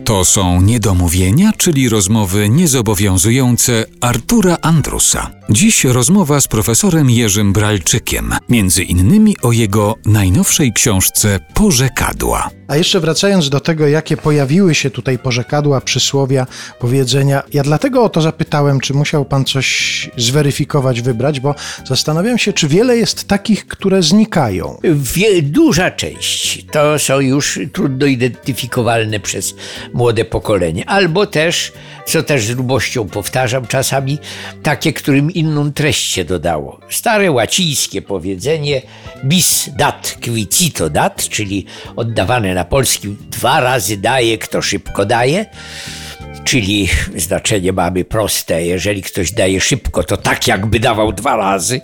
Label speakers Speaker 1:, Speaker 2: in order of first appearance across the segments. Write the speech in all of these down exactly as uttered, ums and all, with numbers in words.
Speaker 1: To są niedomówienia, czyli rozmowy niezobowiązujące Artura Andrusa. Dziś rozmowa z profesorem Jerzym Bralczykiem, między innymi o jego najnowszej książce Porzekadła.
Speaker 2: A jeszcze wracając do tego, jakie pojawiły się tutaj porzekadła, przysłowia, powiedzenia, ja dlatego o to zapytałem, czy musiał pan coś zweryfikować, wybrać, bo zastanawiam się, czy wiele jest takich, które znikają.
Speaker 3: Wie, duża część to są już trudno identyfikowalne przez młode pokolenie, albo też, co też z lubością powtarzam czasami, takie, którym inną treść się dodało. Stare łacińskie powiedzenie bis dat qui cito dat, czyli oddawane na polskim dwa razy daje, kto szybko daje, czyli znaczenie mamy proste, jeżeli ktoś daje szybko, to tak jakby dawał dwa razy.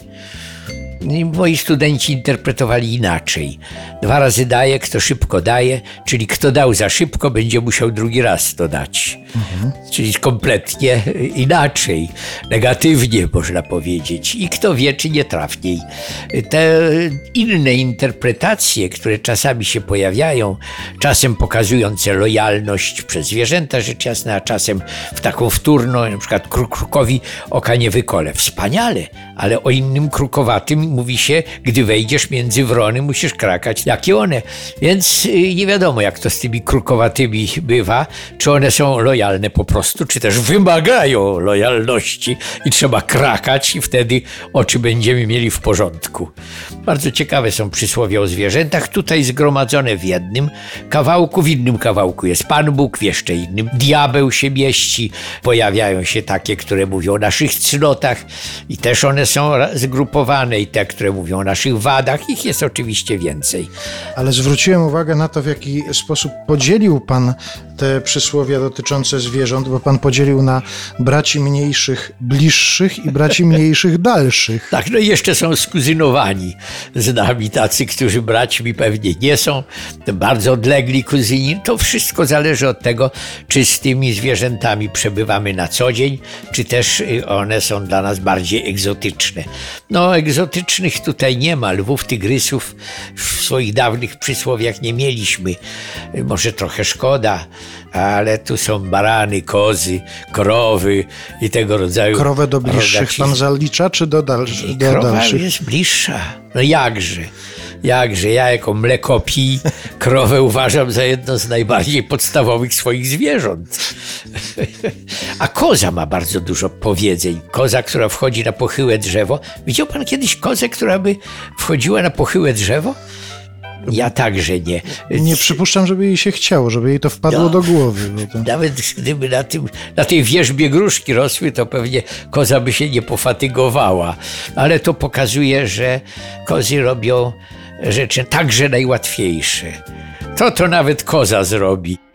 Speaker 3: I moi studenci interpretowali inaczej. Dwa razy daje, kto szybko daje, czyli kto dał za szybko, będzie musiał drugi raz to dać. Mhm. Czyli kompletnie inaczej, negatywnie można powiedzieć. I kto wie, czy nie trafniej. Te inne interpretacje, które czasami się pojawiają, czasem pokazujące lojalność przez zwierzęta, rzecz jasna, a czasem w taką wtórną, na przykład kruk krukowi oka nie wykole. Wspaniale, ale o innym krukowatym mówi się, gdy wejdziesz między wrony, musisz krakać, jakie one. Więc nie wiadomo, jak to z tymi krukowatymi bywa, czy one są lojalne po prostu, czy też wymagają lojalności i trzeba krakać i wtedy oczy będziemy mieli w porządku. Bardzo ciekawe są przysłowia o zwierzętach, tutaj zgromadzone w jednym kawałku, w innym kawałku jest Pan Bóg, w jeszcze innym diabeł się mieści, pojawiają się takie, które mówią o naszych cnotach i też one są zgrupowane i te, które mówią o naszych wadach, ich jest oczywiście więcej.
Speaker 2: Ale zwróciłem uwagę na to, w jaki sposób podzielił pan te przysłowia dotyczące zwierząt, bo pan podzielił na braci mniejszych bliższych i braci mniejszych dalszych.
Speaker 3: Tak, no i jeszcze są skuzynowani z nami tacy, którzy braćmi pewnie nie są, bardzo odlegli kuzyni. To wszystko zależy od tego, czy z tymi zwierzętami przebywamy na co dzień, czy też one są dla nas bardziej egzotyczne. No, egzotycznych tutaj nie ma. Lwów, tygrysów w swoich dawnych przysłowiach nie mieliśmy. Może trochę szkoda, ale tu są barany, kozy, krowy i tego rodzaju.
Speaker 2: Krowę do bliższych pan zalicza, czy do, dalszy, do
Speaker 3: krowa
Speaker 2: dalszych?
Speaker 3: Jest bliższa. No jakże. Jakże ja jako mlekopij krowę uważam za jedno z najbardziej podstawowych swoich zwierząt. A koza ma bardzo dużo powiedzeń. Koza, która wchodzi na pochyłe drzewo. Widział pan kiedyś kozę, która by wchodziła na pochyłe drzewo? Ja także nie.
Speaker 2: Nie przypuszczam, żeby jej się chciało, żeby jej to wpadło no, do głowy. Bo to...
Speaker 3: Nawet gdyby na, tym, na tej wierzbie gruszki rosły, to pewnie koza by się nie pofatygowała. Ale to pokazuje, że kozy robią rzeczy także najłatwiejsze. To to nawet koza zrobi.